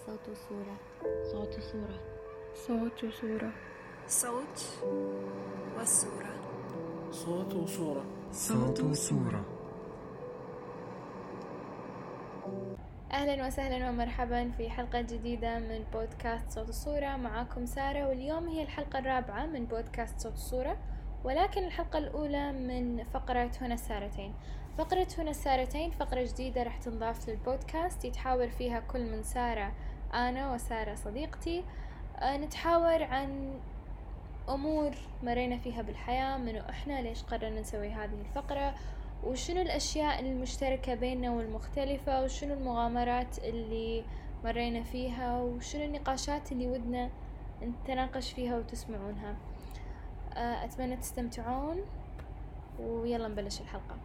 صوت وصورة. صوت وصورة. صوت وصورة. صوت والصورة. صوت وصورة. صوت وصورة. أهلا وسهلا ومرحبا في حلقة جديدة من بودكاست صوت الصورة. معاكم سارة، واليوم هي الحلقة الرابعة من بودكاست صوت الصورة، ولكن الحلقة الأولى من فقرة هنا السارتين. فقرة هنا السارتين فقرة جديدة رح تنضاف للبودكاست، يتحاور فيها كل من سارة، أنا وسارة صديقتي، نتحاور عن أمور مرينا فيها بالحياة، منو إحنا، ليش قررنا نسوي هذه الفقرة، وشنو الأشياء المشتركة بيننا والمختلفة، وشنو المغامرات اللي مرينا فيها، وشنو النقاشات اللي ودنا نتناقش فيها وتسمعونها. أتمنى تستمتعون، ويلا نبلش الحلقة.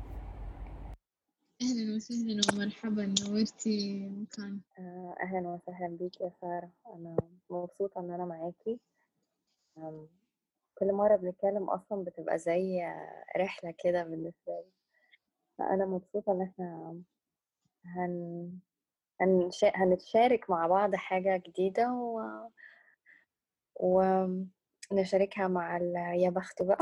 أهلا وسهلا ومرحبا، نورتي المكان. أهلا وسهلا بيك يا سارة، أنا مبسوطة إن أنا معاكي. كل مرة بنتكلم أصلا بتبقى زي رحلة كده بالنسبة لي، فأنا مبسوطة إن إحنا هنتشارك مع بعض حاجة جديدة ونشاركها مع يا بخت بقى.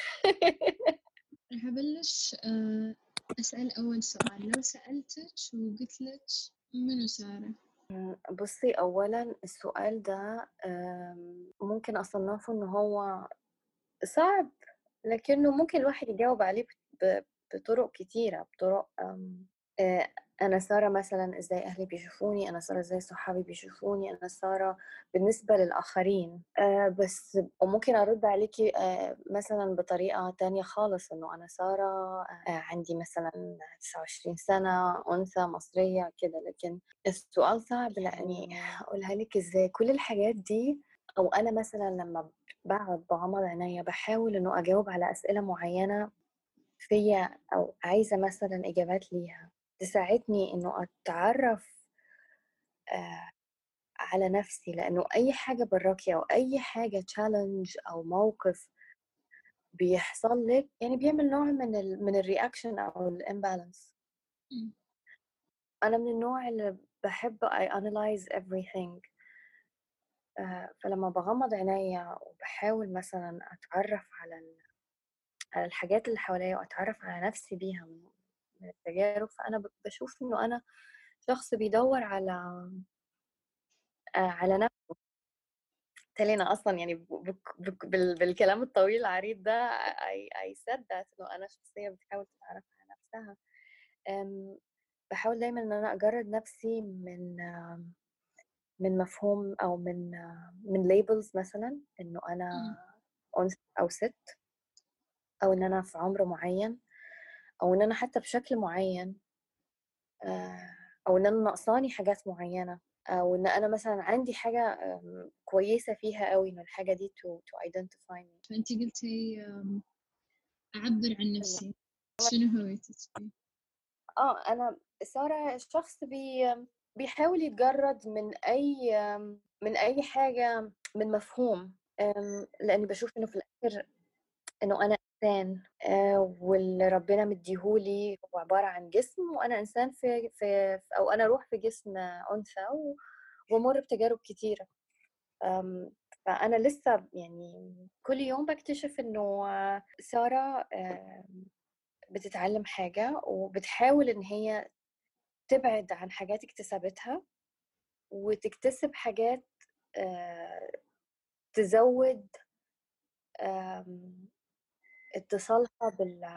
رح أبلش أسأل أول سؤال. لو سألتك وقلت لك منو سارة؟ بصي، أولا السؤال ده ممكن أصنفه إن هو صعب، لكنه ممكن الواحد يجاوب عليه بطرق كتيرة، بطرق آه، أنا سارة مثلا إزاي أهلي بيشوفوني، أنا سارة إزاي صحابي بيشوفوني، أنا سارة بالنسبة للآخرين. بس وممكن أرد عليكي مثلا بطريقة تانية خالص، إنه أنا سارة عندي مثلا 29 سنة، أنثى مصرية كده. لكن السؤال صعب، لأني أقولها لك إزاي كل الحاجات دي. أو أنا مثلا لما بقعد بغمض عينيا بحاول إنه أجاوب على أسئلة معينة فيا، أو عايزة مثلا إجابات ليها تساعدني إنه أتعرف على نفسي. لأنه أي حاجة براكي أو أي حاجة تشالنج أو موقف بيحصل لك، يعني بيعمل نوع من الرياكشن أو الامبالانس. أنا من النوع اللي بحب I analyze everything. فلما بغمض عينيا وبحاول مثلا أتعرف على الحاجات اللي حواليا وأتعرف على نفسي بيها من التجارب، فأنا بشوف إنه أنا شخص بيدور على نفسه. تالينا أصلا يعني بالكلام الطويل العريض ده I said that إنه أنا شخصية بتحاول تتعرف على نفسها. بحاول دايما إن أنا أجرد نفسي من مفهوم أو من labels، مثلا إنه أنا أنثى أو ست، أو إن أنا في عمر معين، أو إن أنا حتى بشكل معين، أو إن أنا ناقصاني حاجات معينة، أو إن أنا مثلا عندي حاجة كويسة فيها قوي، إن الحاجة دي to identify me. فأنت قلتي أعبر عن نفسي، شنو هويتك فيه؟ أنا سارة شخص بيحاول يتجرد من أي حاجة، من مفهوم. لأني بشوف إنه في الآخر إنه أنا إنسان، واللي ربنا مديهولي هو عبارة عن جسم، وأنا إنسان أو أنا روح في جسم أنثى، وبمر بتجارب كتيرة. فأنا لسه يعني كل يوم بكتشف إنه سارة بتتعلم حاجة، وبتحاول إن هي تبعد عن حاجات اكتسبتها وتكتسب حاجات تزود اتصالها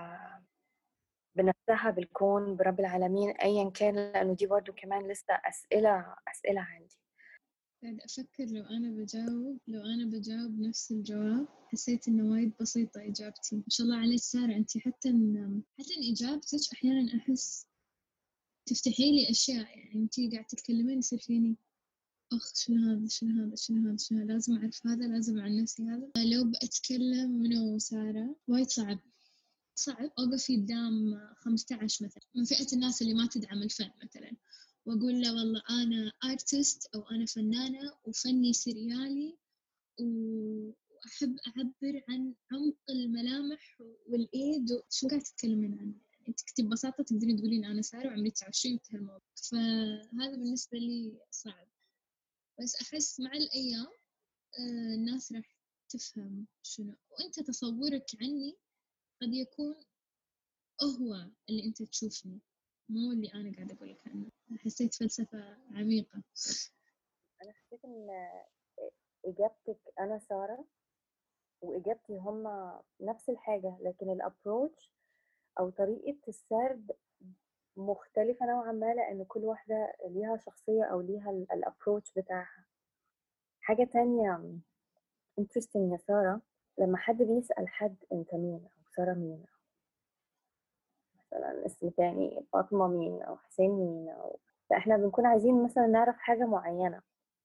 بنفسها، بالكون، برب العالمين، أيا كان. لأنه دي برضو كمان لسه أسئلة عندي. قاعد أفكر لو أنا بجاوب نفس الجواب، حسيت إنه وايد بسيطة إجابتي. ما شاء الله عليك سارة، أنت حتى إن إجابتك أحيانا أحس تفتحي لي أشياء. يعني أنت قاعد تتكلمين يصير فيني شنو هذا شنو هذا شنو هذا شنو هذا، لازم أعرف هذا، لازم عن نفسي هذا. لو بأتكلم منو سارة، وايد صعب أوقف قدام 15 مثلا من فئة الناس اللي ما تدعم الفن مثلا، وأقول له والله أنا آرتست أو أنا فنانة وفني سريالي وأحب أعبر عن عمق الملامح والإيد. شو قاعد تتكلمين عنه؟ يعني أنت ببساطة تقدرين تقولين أنا سارة وعمري 29 في هالموضوع. فهذا بالنسبة لي صعب. بس أحس مع الأيام الناس راح تفهم شنو، وأنت تصورك عني قد يكون هو اللي أنت تشوفني، مو اللي أنا قاعدة أقولك عنه. حسيت فلسفة عميقة. أنا حسيت إن إجابتك أنا سارة وإجابتي هما نفس الحاجة، لكن الأبروتش أو طريقة السرد مختلفة نوعا ما، لأن كل واحدة ليها شخصية أو ليها الأبروتش بتاعها. حاجة تانية interesting يا سارة، لما حد بيسأل حد أنت مين أو سارة مين، مثلا اسم تاني فاطمة مين أو حسين مين، أو فإحنا بنكون عايزين مثلا نعرف حاجة معينة،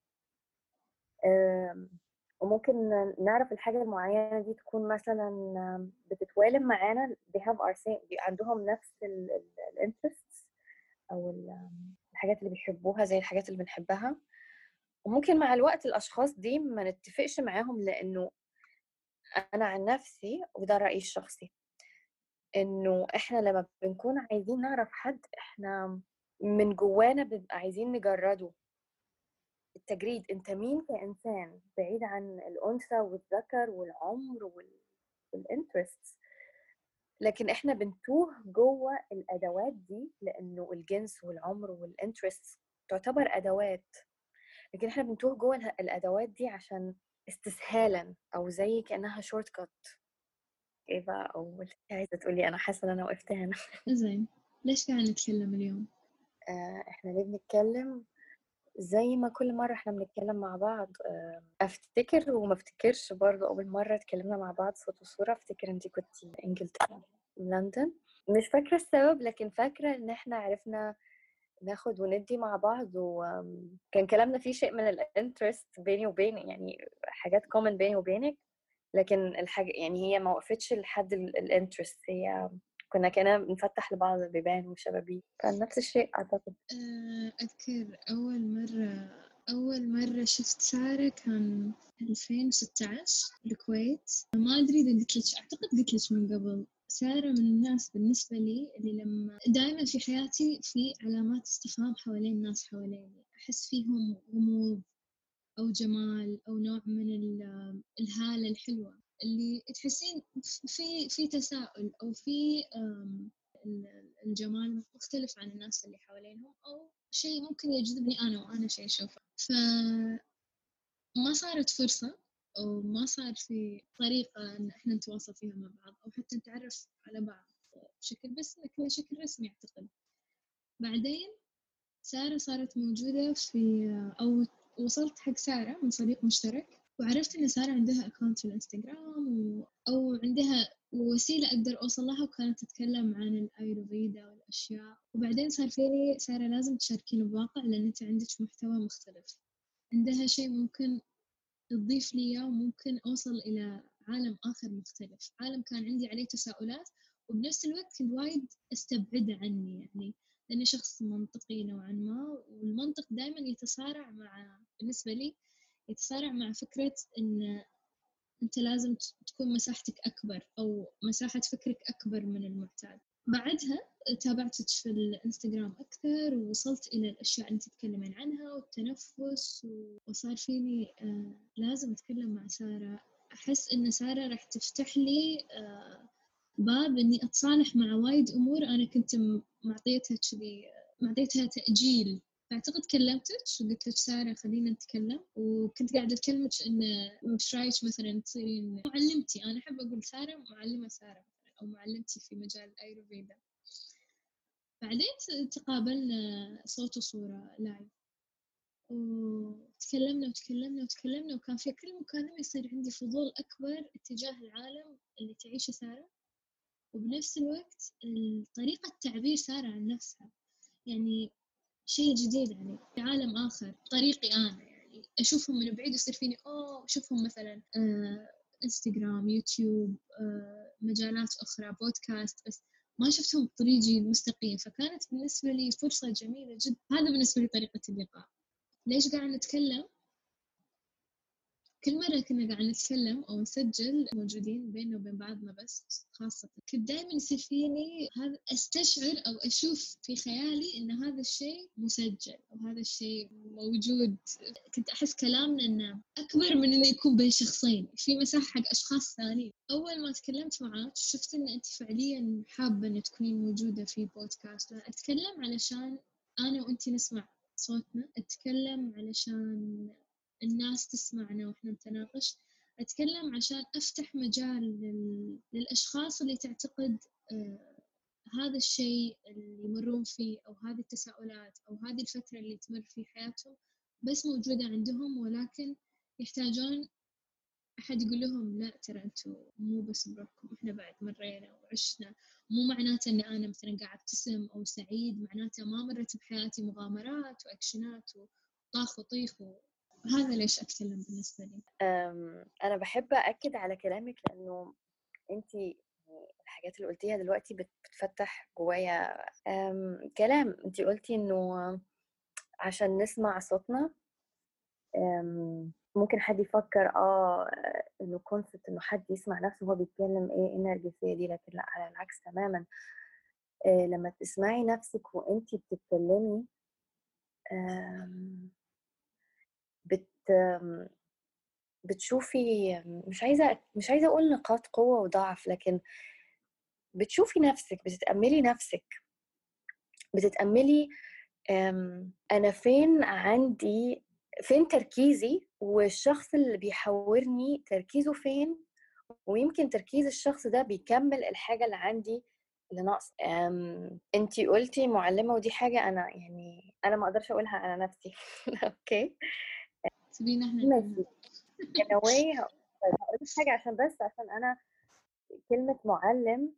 وممكن نعرف الحاجة المعينة دي تكون مثلا بتتوالم معانا، they have our same، عندهم نفس الانترستس أو الحاجات اللي بيحبوها زي الحاجات اللي بنحبها. وممكن مع الوقت الأشخاص دي ما نتفقش معاهم، لأنه أنا عن نفسي وده رأيي الشخصي، إنه إحنا لما بنكون عايزين نعرف حد إحنا من جوانا بنبقى عايزين نجرده التجريد، انت مين كإنسان بعيد عن الأنثى والذكر والعمر والانترستس. لكن احنا بنتوه جوه الأدوات دي، لأنه الجنس والعمر والانترستس تعتبر أدوات، لكن احنا بنتوه جوه الأدوات دي عشان استسهالا أو زي كأنها شورت كات. ايه بقى أول عايزة تقولي؟ أنا حاسة إن أنا وقفت هنا. زين، ليش قاعد نتكلم اليوم؟ احنا ليه بنتكلم؟ زي ما كل مرة احنا بنتكلم مع بعض، افتكر وما افتكرش برضو اول مرة اتكلمنا مع بعض صوت وصورة، افتكر انتي كنتي انجلترا لندن، مش فاكرة السبب، لكن فاكرة ان احنا عرفنا ناخد وندي مع بعض، وكان كلامنا فيه شيء من الانترست بيني وبين، يعني حاجات كومن بيني وبينك، لكن الحاجة يعني هي ما وقفتش لحد الانترست، هي كنا كنا بنفتح لبعض البيبان وشبابيك، كان نفس الشيء أعتقد. أذكر أول مرة شفت سارة كان 2016 الكويت. ما أدري إذا قلت لك، أعتقد قلت لك من قبل. سارة من الناس بالنسبة لي اللي لما دائما في حياتي في علامات استفهام حوالين الناس حواليني، أحس فيهم غموض أو جمال أو نوع من الهالة الحلوة اللي تحسين في تساؤل أو في الجمال مختلف عن الناس اللي حوالينهم، أو شيء ممكن يجذبني أنا وأنا شيء أشوفه. فما صارت فرصة أو ما صار في طريقة إن إحنا نتواصل فيها مع بعض أو حتى نتعرف على بعض بشكل رسمي. أعتقد بعدين سارة صارت موجودة في، أو وصلت حق سارة من صديق مشترك، وعرفت إن سارة عندها أكاونت في الإنستغرام أو عندها وسيلة أقدر أوصل لها، وكانت تتكلم عن الآيurveda والأشياء. وبعدين صار فيني سارة لازم تشاركين بواقع، لأن أنت عندك محتوى مختلف، عندها شيء ممكن تضيف لي إياه، وممكن أوصل إلى عالم آخر مختلف، عالم كان عندي عليه تساؤلات وبنفس الوقت كنت وايد أستبعده عني، يعني لأني شخص منطقي نوعا ما، والمنطق دائما يتصارع بالنسبة لي يتصارع مع فكرة إن أنت لازم تكون مساحتك أكبر أو مساحة فكرك أكبر من المعتاد. بعدها تابعتك في الانستغرام أكثر، ووصلت إلى الأشياء اللي تتكلمين عنها والتنفس، وصار فيني لازم أتكلم مع سارة. أحس إن سارة راح تفتح لي باب إني أتصالح مع وايد أمور أنا كنت معطيتها تأجيل. فأعتقد كلمتك وقلت لك سارة خلينا نتكلم، وكنت قاعدة أكلمك إن وش رايك مثلا تصيرين معلمتي. أنا أحب أقول سارة معلمة سارة مثلا، أو معلمتي في مجال الآيurveda. بعدين تقابلنا صوت وصورة لايف، وتكلمنا وكان في كل مكالمة يصير عندي فضول أكبر اتجاه العالم اللي تعيشه سارة، وبنفس الوقت طريقة تعبير سارة عن نفسها، يعني شيء جديد، يعني في عالم آخر طريقي أنا، يعني أشوفهم من بعيد ويصير فيني أشوفهم مثلا إنستغرام، يوتيوب، مجالات أخرى، بودكاست، بس ما شفتهم بطريقي المستقيم. فكانت بالنسبة لي فرصة جميلة جدا. هذا بالنسبة لي طريقة اللقاء. ليش قاعد نتكلم؟ كل مرة كنا قاعد نتكلم أو نسجل موجودين بيننا وبين بعضنا، بس خاصة كنت دائما يصير فيني أستشعر أو أشوف في خيالي إن هذا الشيء مسجل أو هذا الشيء موجود. كنت أحس كلامنا إنه أكبر من إنه يكون بين شخصين، في مساحة حق أشخاص ثانيين. أول ما تكلمت معاك شفت إن أنت فعليا حابة إن تكونين موجودة في بودكاست. أتكلم علشان أنا وأنت نسمع صوتنا، أتكلم علشان الناس تسمعنا وإحنا نتناقش، أتكلم عشان أفتح مجال للأشخاص اللي تعتقد هذا الشيء اللي يمرون فيه أو هذه التساؤلات أو هذه الفترة اللي تمر في حياتهم بس موجودة عندهم، ولكن يحتاجون أحد يقول لهم لا ترى أنتوا مو بس بروحكم، إحنا بعد مرينا وعشنا. مو معناته أن أنا مثلا قاعد أبتسم أو سعيد، معناته ما مرت بحياتي مغامرات وأكشنات وطاخ وطيخ هذا ليش أتكلم بالنسبة لي. أنا بحب أأكد على كلامك لأنه أنتي الحاجات اللي قلتيها دلوقتي بتفتح جوايا كلام. أنتي قلتي إنه عشان نسمع صوتنا ممكن حد يفكر إنه كونسبت إنه حد يسمع نفسه وهو بيتكلم إيه النرجسية دي، لكن لا، على العكس تماما. لما تسمعي نفسك وأنتي بتتكلمي بت بتشوفي، مش عايزة أقول نقاط قوة وضعف، لكن بتشوفي نفسك، بتتأملي نفسك، بتتأملي أنا فين تركيزي، والشخص اللي بيحاورني تركيزه فين، ويمكن تركيز الشخص ده بيكمل الحاجة اللي عندي اللي ناقص. انتي قلتي معلمة، ودي حاجة أنا ما أقدرش أقولها على نفسي. أوكي تبين إحنا ماشي. in a way هقول حاجة عشان أنا كلمة معلم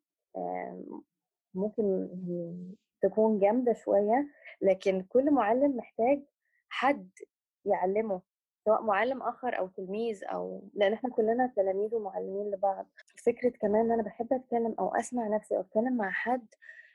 ممكن تكون جامدة شوية، لكن كل معلم محتاج حد يعلمه، سواء معلم آخر أو تلميذ، لأن احنا كلنا تلاميذ ومعلمين لبعض. فكرة كمان أن أنا بحب أتكلم أو أسمع نفسي أو أتكلم مع حد.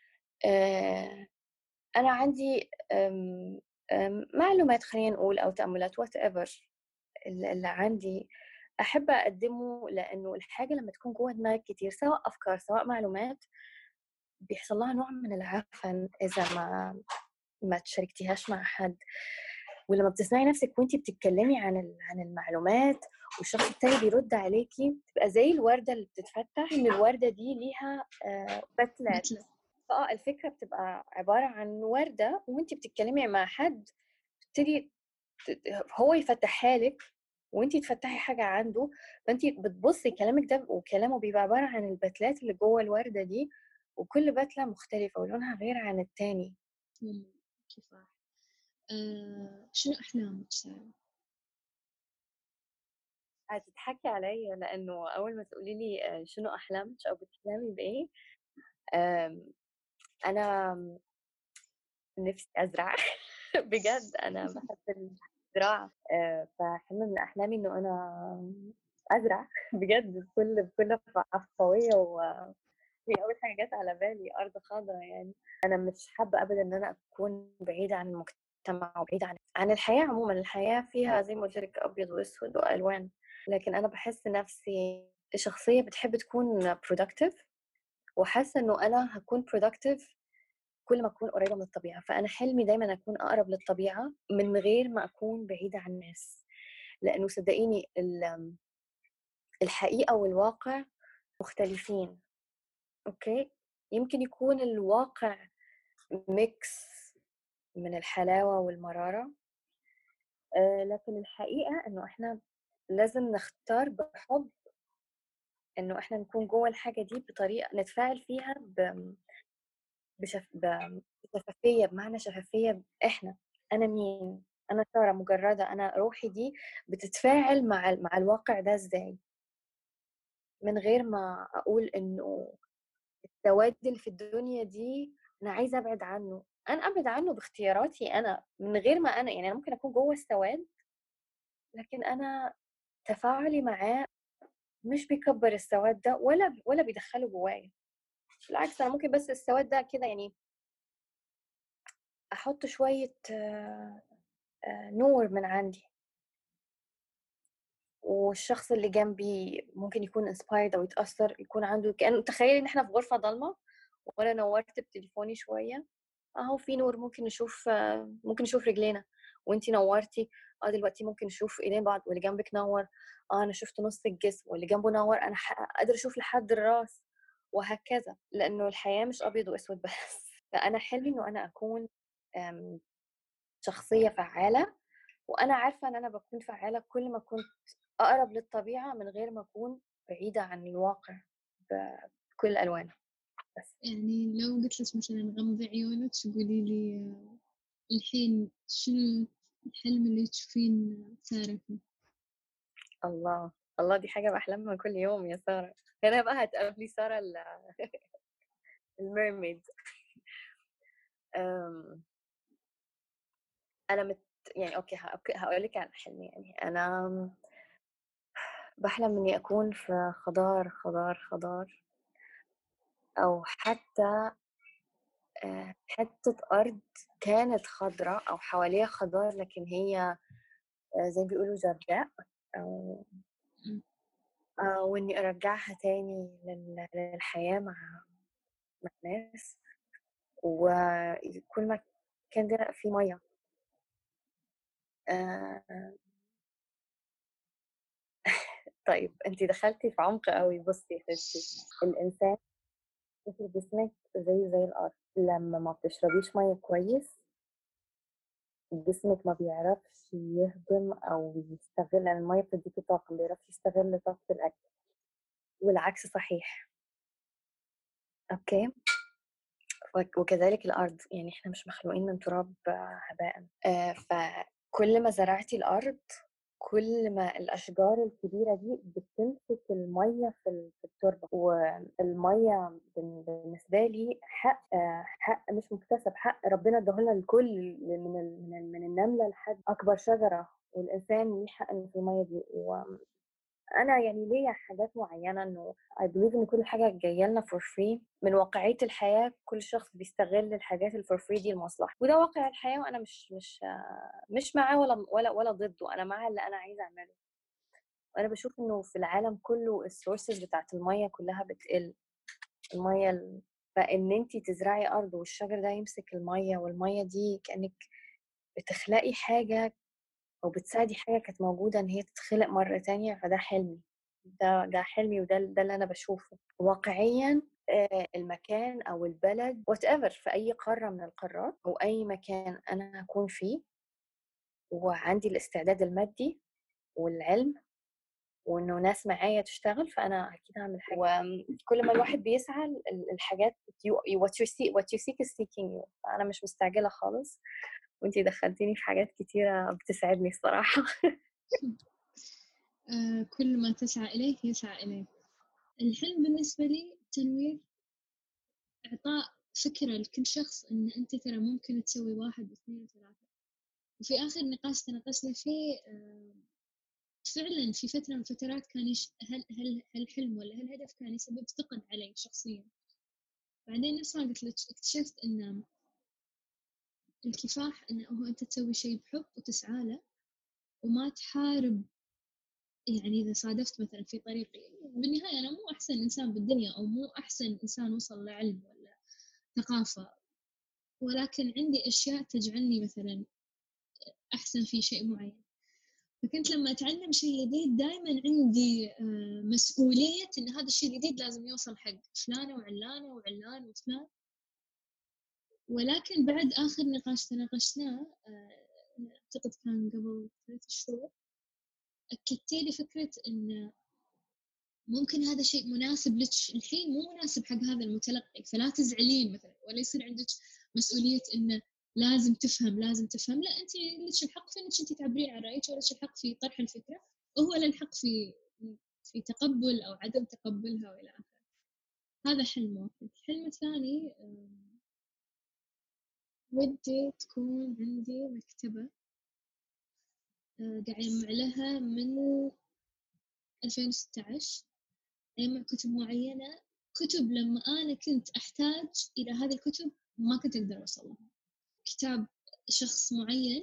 أنا عندي معلومات، خلينا نقول، أو تأملات whatever اللي عندي أحب أقدمه، لأنه الحاجة لما تكون جوه دماغك كتير، سواء أفكار سواء معلومات، بيحصل لها نوع من العفن إذا ما تشاركتيهاش مع حد. ولما بتسمعي نفسك وانتي بتتكلمي عن المعلومات والشخص التاني بيرد عليكي، تبقى زي الوردة اللي بتتفتح، إن الوردة دي ليها بتلات. الفكرة بتبقى عبارة عن وردة، وانتي بتتكلمي مع حد تبتدي هو يفتحها لك وانتي تفتحي حاجة عنده، فانتي بتبصي كلامك ده وكلامه بيبقى عبارة عن البتلات اللي جوه الوردة دي، وكل بتلة مختلفة ولونها غير عن التاني. كفاح. شنو أحلامك سارة؟ هتضحكي عليا لأنه أول ما تقولي لي شنو أحلامك أو بتحلمي بإيه، أنا نفسي أزرع. بجد أنا بحب الزراعة. فحلم من أحلامي إنه أنا أزرع بجد بكل عفوية. وهي أول حاجة جت على بالي أرض خضراء. يعني أنا مش حابة أبدا إن أنا أكون بعيدة عن المجتمع وبعيدة عن الحياة عموما. الحياة فيها زي ما قلت لك أبيض وأسود وألوان، لكن أنا بحس نفسي شخصية بتحب تكون productive، وحاسة إنه أنا هكون productive كل ما أكون قريبة من الطبيعة. فأنا حلمي دايما أكون أقرب للطبيعة من غير ما أكون بعيدة عن الناس، لأنه صدقيني الحقيقة والواقع مختلفين. أوكي، يمكن يكون الواقع ميكس من الحلاوة والمرارة، لكن الحقيقة إنه إحنا لازم نختار بحب إنه إحنا نكون جوه الحاجة دي بطريقة نتفاعل فيها بشفافية. بمعنى شفافية، أنا مين؟ أنا سارة مجردة، أنا روحي دي بتتفاعل مع الواقع ده إزاي، من غير ما أقول إنه السواد اللي في الدنيا دي أنا عايزة أبعد عنه. أنا أبعد عنه باختياراتي أنا، من غير ما أنا ممكن أكون جوه السواد، لكن أنا تفاعلي معاه مش بيكبر السواد ده ولا بيدخله جوايا. بالعكس، أنا ممكن بس السواد ده كده أحط شوية نور من عندي، والشخص اللي جنبي ممكن يكون inspired أو يتأثر، يكون عنده كأن تخيلي إن إحنا في غرفة ضلمة وأنا نورت بتليفوني شوية، أهو في نور، ممكن نشوف رجلينا، وانتي نورتي دلوقتي ممكن نشوف ايدين بعض، واللي جنبك نور انا شفت نص الجسم، واللي جنبه نور انا قادر اشوف لحد الراس، وهكذا. لانه الحياة مش ابيض واسود بس. فانا حلمي انه انا اكون شخصية فعالة، وانا عارفة ان انا بكون فعالة كل ما كنت اقرب للطبيعة من غير ما اكون بعيدة عن الواقع بكل الوانه. بس يعني لو قلت لك مثلا غمضي عيونك قولي لي الحين شنو الحلم اللي تشوفين سارة فيه؟ الله الله، دي حاجة بحلمها كل يوم يا سارة. هنا بقى هتقابلي سارة الميرميد. أنا يعني أوكي هقول لك عن حلمي. يعني أنا بحلم إني أكون في خضار خضار خضار، أو حتى حتة أرض كانت خضراء أو حواليها خضار، لكن هي زي ما بيقولوا جرداء، أو وإني أرجعها تاني للحياة مع الناس، وكل ما كان ده فيه مية. طيب انتي دخلتي في عمق قوي. بصي يا ستي، الإنسان في جسمك زي الأرض، لما ما بتشربيش مية كويس جسمك ما بيعرفش يهضم أو يستغل، لأن المية بتديكي طاقة، ما بيعرفش يستغل طاقة الأكل، والعكس صحيح. أوكي. وكذلك الأرض، يعني إحنا مش مخلوقين من تراب هباء. فكل ما زرعتي الأرض كل ما الأشجار الكبيرة دي بتمسك المية في التربة. والمية بالنسبة لي حق مش مكتسب، حق ربنا اداهولنا الكل، من النملة لحد أكبر شجرة، والإنسان ليه حق إنه في المية دي. انا يعني ليا حاجات معينه، انه I believe ان كل حاجه جايه لنا for free من واقعيه الحياه. كل شخص بيستغل الحاجات ال for free دي لمصلحته، وده واقع الحياه، وانا مش معاه ولا ضده. انا مع اللي انا عايزه اعمله. وانا بشوف انه في العالم كله السورسز بتاعت الميه كلها بتقل. فان انتي تزرعي ارض والشجر ده يمسك الميه، والميه دي كانك بتخلقي حاجه او بتساعدي حاجه كانت موجوده ان هي تتخلق مره تانية. فده حلمي، ده حلمي، وده اللي انا بشوفه واقعيا. المكان او البلد whatever في اي قاره من القارات او اي مكان انا هكون فيه وعندي الاستعداد المادي والعلم وانه ناس معايا تشتغل، فانا اكيد هعمل حاجه. وكل ما الواحد بيسعى الحاجات what you seek is seeking you. فانا مش مستعجله خالص، وانتي دخلتيني في حاجات كتيره بتسعدني الصراحه. كل ما تسعى إليه يسعى إليه. الحلم بالنسبة لي تنوير، إعطاء فكرة لكل شخص إن أنت ترى ممكن تسوي 1 و2 و3. وفي آخر نقاش تناقشنا فيه فعلا في فترة من الفترات كان هل الحلم ولا هالهدف كان يسبب ثقل علي شخصيا. بعدين نفس ما قلت لك اكتشفت إن الكفاح إنه أنت تسوي شيء بحب وتسعى له وما تحارب. يعني إذا صادفت مثلا في طريقي، بالنهاية أنا مو أحسن إنسان بالدنيا أو مو أحسن إنسان وصل لعلم ولا ثقافة، ولكن عندي أشياء تجعلني مثلا أحسن في شيء معين. فكنت لما أتعلم شيء جديد دائما عندي مسؤولية إن هذا الشيء الجديد لازم يوصل حق فلانة وعلانة وعلان وفلان. ولكن بعد آخر نقاش تناقشناه أعتقد كان قبل 3 شهور، أكدتي لي فكرة إن ممكن هذا شيء مناسب لك الحين مو مناسب حق هذا المتلقي، فلا تزعلين مثلا ولا يصير عندك مسؤولية إنه لازم تفهم. لا، أنت لك الحق في إنك أنت تعبرين عن رأيك، ولك الحق في طرح الفكرة، وهو له الحق في تقبل أو عدم تقبلها وإلى آخره. هذا حلم واحد. الحلم الثاني ودي تكون عندي مكتبة قاعد أجمع لها من 2016، أجمع كتب معينة، كتب لما أنا كنت أحتاج إلى هذه الكتب ما كنت أقدر أوصلها. كتاب شخص معين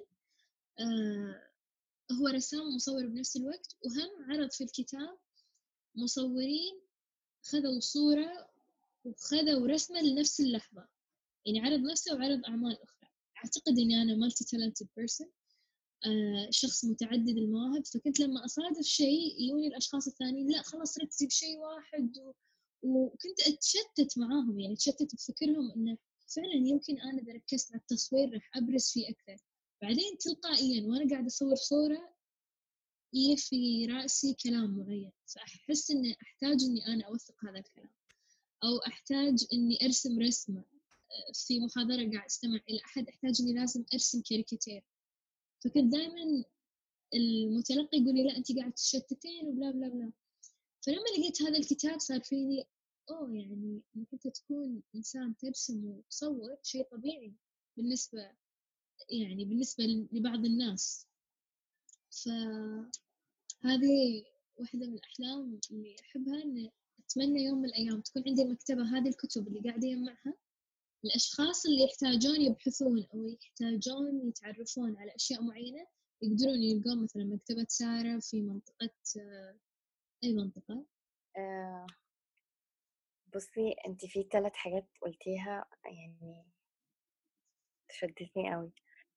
هو رسام ومصور بنفس الوقت، وهم عرض في الكتاب مصورين خذوا صورة وخذوا رسمة لنفس اللحظة، يعني عرض نفسه وعرض أعمال أخرى. أعتقد إني أنا multi talented person، شخص متعدد المواهب، فكنت لما أصادف شيء يوني الأشخاص الثانيين لا خلاص ركزي بشيء واحد وكنت أتشتت معاهم، يعني أتشتت بفكرهم إنه فعلا يمكن أنا إذا ركزت على التصوير راح أبرز فيه أكثر. بعدين تلقائيا وأنا قاعدة أصور صورة في رأسي كلام معين، فأحس إني أحتاج إني أنا أوثق هذا الكلام، أو أحتاج إني أرسم رسمة. في محاضرة قاعد أستمع إلى أحد أحتاج إني لازم أرسم كاريكاتير، فكنت دائما المتلقي يقول لي لا أنت قاعد تشتتين وبلا بلا بلا. فلما لقيت هذا الكتاب صار فيني يعني إنك أنت تكون إنسان ترسم وتصور شيء طبيعي بالنسبة بالنسبة لبعض الناس. فهذه واحدة من الأحلام اللي أحبها، إن أتمنى يوم من الأيام تكون عندي مكتبة هذه الكتب اللي قاعدة أجمعها الأشخاص اللي يحتاجون يبحثون أو يحتاجون يتعرفون على أشياء معينة يقدرون يلقون مثلا مكتبة سارة في منطقة أي منطقة. بصي انت في 3 حاجات قلتيها يعني شدتني قوي.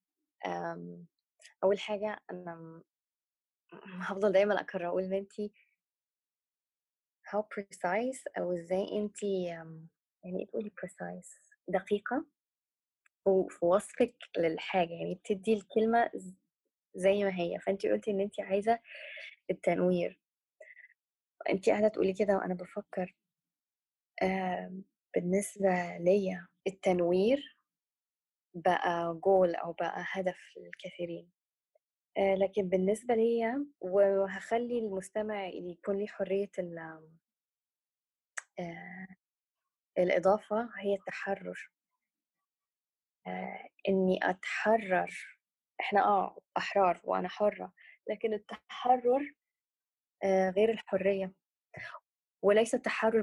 اول حاجه انا هفضل دايما اكرر اقول ان انت how precise او ازاي انت يعني تقولي precise دقيقه في وصفك للحاجه، يعني بتدي الكلمه زي ما هي. فانت قلتي ان انت عايزه التنوير، انت قاعده تقولي كده وانا بفكر. بالنسبه ليا التنوير بقى جول او بقى هدف للكثيرين، لكن بالنسبه ليا وهخلي المستمع يكون لي حريه الاضافه هي التحرر. اني اتحرر، احنا احرار وانا حره، لكن التحرر غير الحريه. وليس التحرر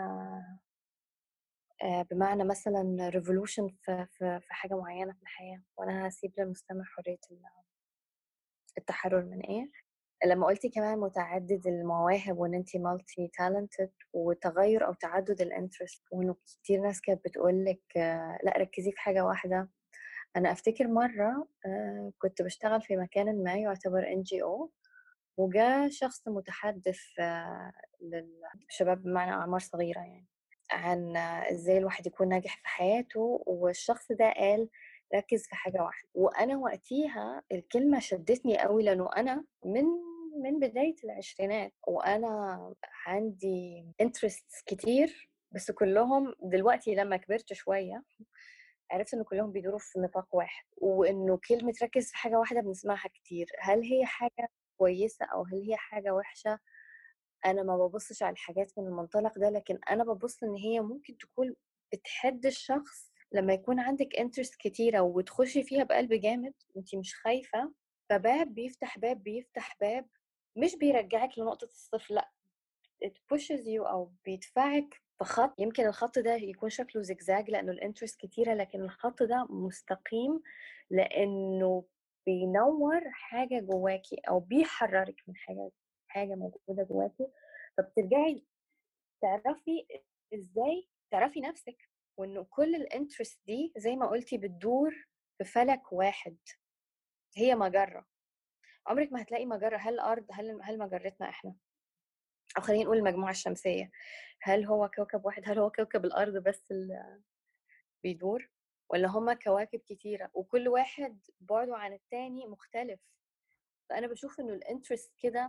بمعنى مثلا ريفولوشن في حاجه معينه في الحياه، وانا هسيب للمستمع حريه التحرر من ايه. لما قلتي كمان متعدد المواهب وان انتي مالتي تالنتد وتغير او تعدد الانترست، وانه كتير ناس كانت بتقولك لا ركزي في حاجه واحده. انا افتكر مره كنت بشتغل في مكان ما يعتبر NGO، وجاء شخص متحدث للشباب بمعنى اعمار صغيره، يعني عن ازاي الواحد يكون ناجح في حياته. والشخص ده قال ركز في حاجه واحده، وانا وقتيها الكلمه شدتني قوي، لانه انا من بدايه العشرينات وانا عندي interests كتير، بس كلهم دلوقتي لما كبرت شويه عرفت ان كلهم بيدوروا في نطاق واحد، وانه كلمه ركز في حاجه واحده بنسمعها كتير. هل هي حاجه كويسه او هل هي حاجه وحشه؟ انا ما ببصش على الحاجات من المنطلق ده، لكن انا ببص ان هي ممكن تكون بتحد الشخص لما يكون عندك انترست كتيره وتخشي فيها بقلب جامد انتي مش خايفه، فباب بيفتح باب بيفتح باب، مش بيرجعك لنقطه الصفر، لا it pushes you او بيدفعك في خط. يمكن الخط ده يكون شكله زجزاج لانه الانترست كتيره، لكن الخط ده مستقيم لانه بينور حاجه جواكي او بيحررك من حاجه موجوده جواكي، فبترجعي تعرفي ازاي تعرفي نفسك، وانه كل الانترست دي زي ما قلتي بتدور في فلك واحد، هي مجره. عمرك ما هتلاقي مجره. هل الارض هل مجرتنا احنا، او خلينا نقول المجموعه الشمسيه، هل هو كوكب واحد؟ هل هو كوكب الارض بس اللي بيدور، ولا هما كواكب كتيره وكل واحد بعده عن التاني مختلف؟ فانا بشوف انه الانترست كده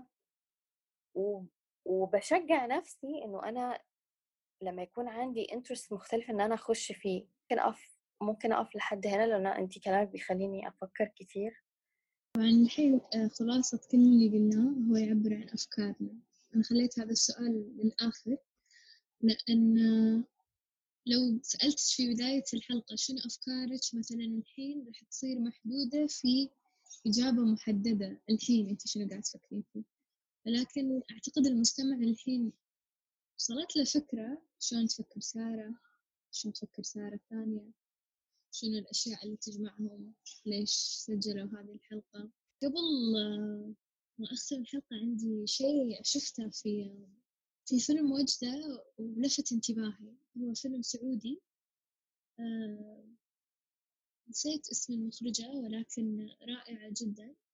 وبشجع نفسي انه انا لما يكون عندي انترست مختلف ان انا اخش فيه. ممكن اقف لحد هنا لان انتي كلامك بيخليني افكر كتير. طبعا الحين خلاصة كل اللي قلناه هو يعبر عن أفكارنا. أنا خليت هذا السؤال للآخر لأن لو سألتك في بداية الحلقة شنو أفكارك مثلا الحين راح تصير محدودة في إجابة محددة الحين أنت شنو قاعد تفكرين فيه، ولكن أعتقد المستمع الحين وصلت له فكرة شلون تفكر سارة، شلون تفكر سارة الثانية، شنو الأشياء اللي تجمعهم، ليش سجلوا هذه الحلقة. قبل ما أختم الحلقة عندي شيء شفته في فيلم وجدة ولفت انتباهي. هو فيلم سعودي نسيت اسم المخرجة ولكن رائعة جدا.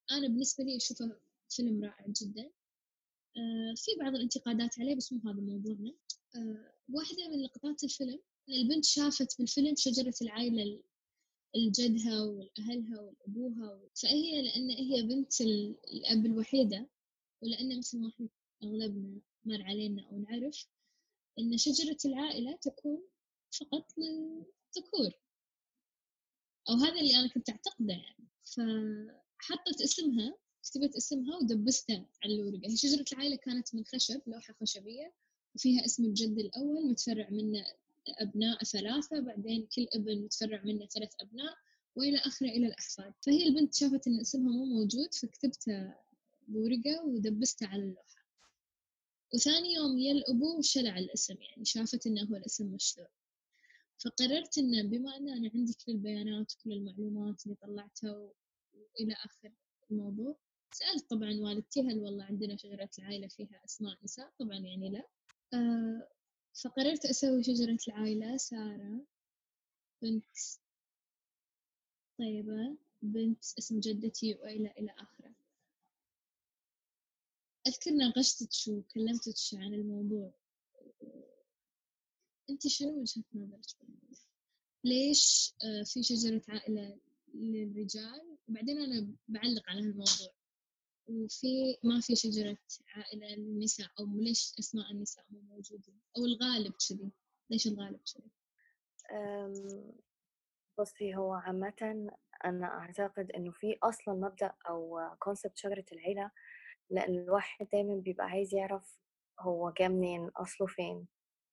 أنا بالنسبة لي أشوفه فيلم رائع جدا. في بعض الانتقادات عليه بس مو هذا موضوعنا. واحدة من لقطات الفيلم إن البنت شافت بالفيلم شجرة العائلة الجدها والأهلها والأبوها، فهي لأن هي بنت الأب الوحيدة، ولأن مثل ما إحنا أغلبنا مر علينا أو نعرف إن شجرة العائلة تكون فقط للذكور، أو هذا اللي أنا كنت أعتقده يعني. فحطت اسمها، كتبت اسمها ودبستها على الورقة. هي شجرة العائلة كانت من خشب، لوحة خشبية وفيها اسم الجد الأول متفرع منه أبناء 3، بعدين كل ابن متفرع منه 3 أبناء وإلى آخره إلى الأحفاد. فهي البنت شافت إن اسمها مو موجود فكتبتها بورقة ودبستها على اللوحة. وثاني يوم يا الأبو شلع الاسم، يعني شافت إنه هو الاسم مشلوع. فقررت إن بما أن أنا عندي كل البيانات وكل المعلومات اللي طلعتها وإلى آخر الموضوع، سألت طبعا والدتي هل والله عندنا شجرة العائلة فيها أسماء نساء؟ طبعا يعني لا. فقررت أسوي شجرة العائلة سارة بنت طيبة بنت اسم جدتي وإلى آخره. أذكر ناقشتك وكلمتك عن الموضوع. أنت شنو وجهة نظرك بالموضوع؟ ليش في شجرة عائلة للرجال؟ وبعدين أنا بعلق على هالموضوع. وفي ما في شجرة عائلة للنساء، أو ليش أسماء النساء مو موجودين، أو الغالب كذي. ليش الغالب كذي؟ بصي، هو عامة أنا أعتقد إنه في أصلا مبدأ أو كونسبت شجرة العيلة، لأن الواحد دايما بيبقى عايز يعرف هو جاء منين، أصله فين.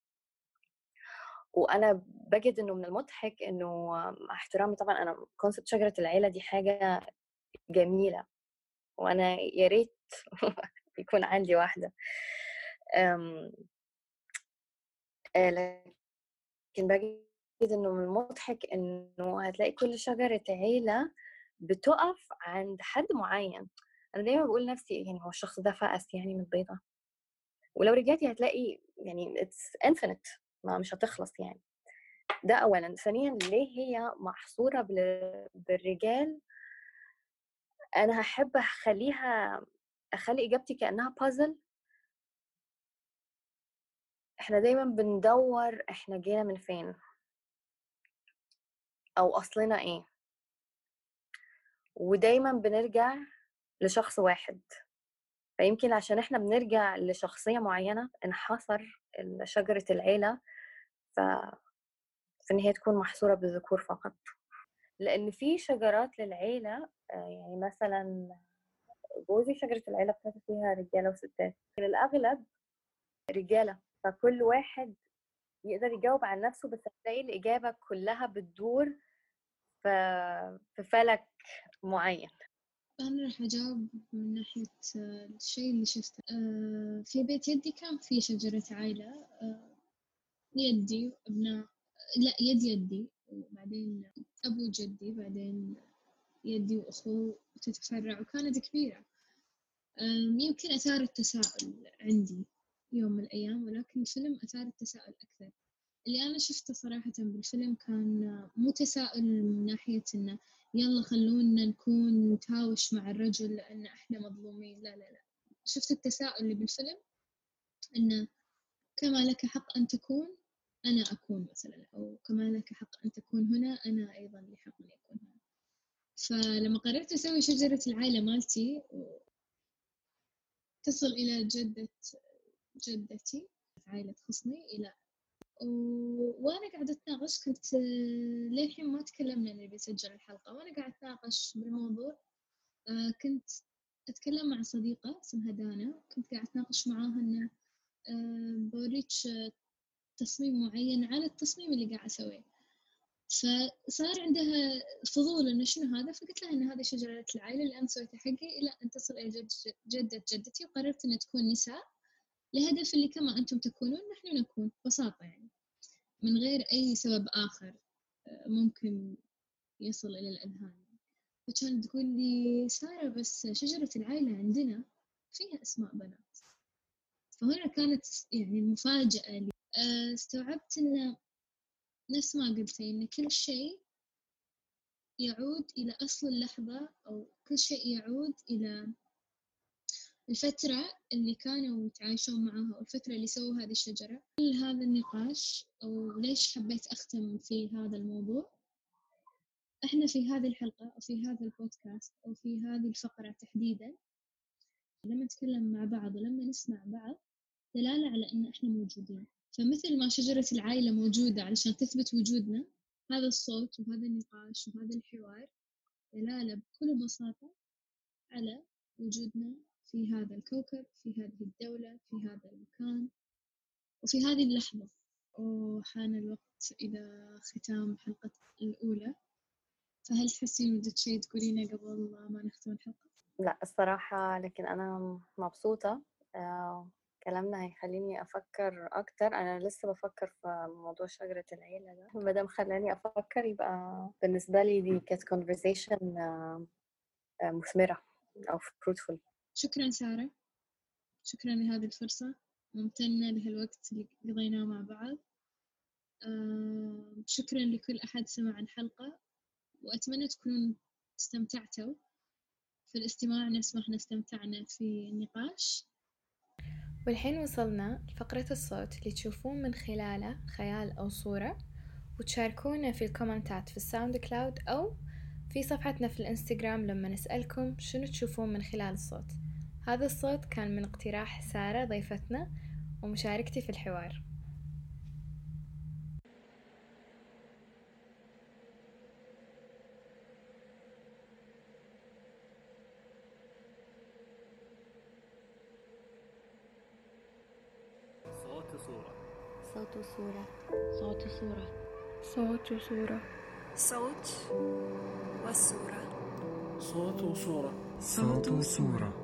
وأنا بجد إنه من المضحك إنه مع احترامي طبعا، أنا كونسبت شجرة العيلة دي حاجة جميلة، وأنا يا ريت يكون عندي واحدة. لكن بجد إنه من المضحك إنه هتلاقي كل شجرة عيلة بتقف عند حد معين. أنا دايما بقول لنفسي يعني هو الشخص ده فأس يعني من البيضة، ولو رجعتي هتلاقي يعني it's infinite، ما مش هتخلص يعني. ده أولا. ثانيا، ليه هي محصورة بالرجال؟ أنا هحب أخلي إجابتي كأنها بازل. إحنا دايما بندور إحنا جينا من فين أو أصلنا إيه، ودايما بنرجع لشخص واحد. فيمكن عشان إحنا بنرجع لشخصية معينة انحصر شجرة العيلة في إن هي تكون محصورة بالذكور فقط. لأن في شجرات للعيلة، يعني مثلا جوزي شجرة العيلة بتاعته فيها رجالة وستات، الأغلب رجالة، فكل واحد يقدر يجاوب عن نفسه، بس هتلاقي الإجابة كلها بتدور في فلك معين. أنا راح أجاوب من ناحية الشيء اللي شفته. في بيت يدي كان في شجرة عائلة. يدي وأبناء، لا يدي وبعدين أبو جدي، بعدين يدي وأخوه تتفرع، وكانت كبيرة. يمكن أثار التساؤل عندي يوم من الأيام، ولكن الفيلم أثار التساؤل أكثر. اللي أنا شفته صراحة بالفيلم كان مو تساؤل من ناحية إنه يلا خلونا نكون نتهاوش مع الرجل لأن إحنا مظلومين، لا لا لا. شفت التساؤل اللي بالفيلم إنه كما لك حق أن تكون أنا أكون مثلا، أو كما لك حق أن تكون هنا أنا أيضا لي حق أن يكون هنا. فلما قررت أسوي شجرة العائلة مالتي تصل إلى جدتي، عائلة تخصني إلى وأنا قاعدة أتناقش، كنت للحين ما تكلمنا اللي بيسجل الحلقة، وأنا قاعدة أتناقش بالموضوع. كنت أتكلم مع صديقة اسمها دانا، كنت قاعدة أتناقش معاها إنه بوريك تصميم معين على التصميم اللي قاعد أسويه. فصار عندها فضول إنه شنو هذا، فقلت لها إن هذه شجرة العائلة اللي أنا سويتها حقي إلى أن تصل إلى جدة جدتي، وقررت إن تكون نساء لهدف اللي كما أنتم تكونون نحن نكون، ببساطة يعني، من غير أي سبب آخر ممكن يصل إلى الأذهان. فكانت تقول لي سارة بس شجرة العائلة عندنا فيها أسماء بنات. فهنا كانت يعني المفاجأة لي. استوعبت إن نفس ما قلتي إن كل شيء يعود إلى أصل اللحظة، أو كل شيء يعود إلى الفترة اللي كانوا يتعايشون معها، أو الفترة اللي سووا هذه الشجرة. كل هذا النقاش، أو ليش حبيت أختم في هذا الموضوع، إحنا في هذه الحلقة أو في هذا البودكاست أو في هذه الفقرة تحديدا، لما نتكلم مع بعض ولما نسمع بعض، دلالة على أن إحنا موجودين. فمثل ما شجرة العائلة موجودة علشان تثبت وجودنا، هذا الصوت وهذا النقاش وهذا الحوار دلالة بكل بساطة على وجودنا في هذا الكوكب، في هذه الدولة، في هذا المكان، وفي هذه اللحظة. وحان الوقت إلى ختام حلقة الأولى. فهل تحسين ودك شيء تقولينه قبل ما نختم الحلقة؟ لا الصراحة، لكن أنا مبسوطة. كلامنا هيخليني أفكر أكتر. أنا لسه بفكر في موضوع شجرة العيلة ده، مادام خلاني أفكر يبقى بالنسبة لي دي كانت conversation مثمرة أو fruitful. شكرا سارة، شكرا لهذه الفرصة، ممتنة لهالوقت اللي قضيناه مع بعض. شكرا لكل أحد سمع الحلقة، وأتمنى تكونوا استمتعتوا في الاستماع نفس ما احنا استمتعنا في النقاش. والحين وصلنا لفقرة الصوت اللي تشوفون من خلاله خيال أو صورة، وتشاركونا في الكومنتات في الساوند كلاود أو في صفحتنا في الانستغرام لما نسألكم شنو تشوفون من خلال الصوت. هذا الصوت كان من اقتراح سارة ضيفتنا ومشاركتي في الحوار. صوت وصورة. صوت وصورة. صوت وصورة. صوت وصورة. صوت وصورة. صوت وصورة.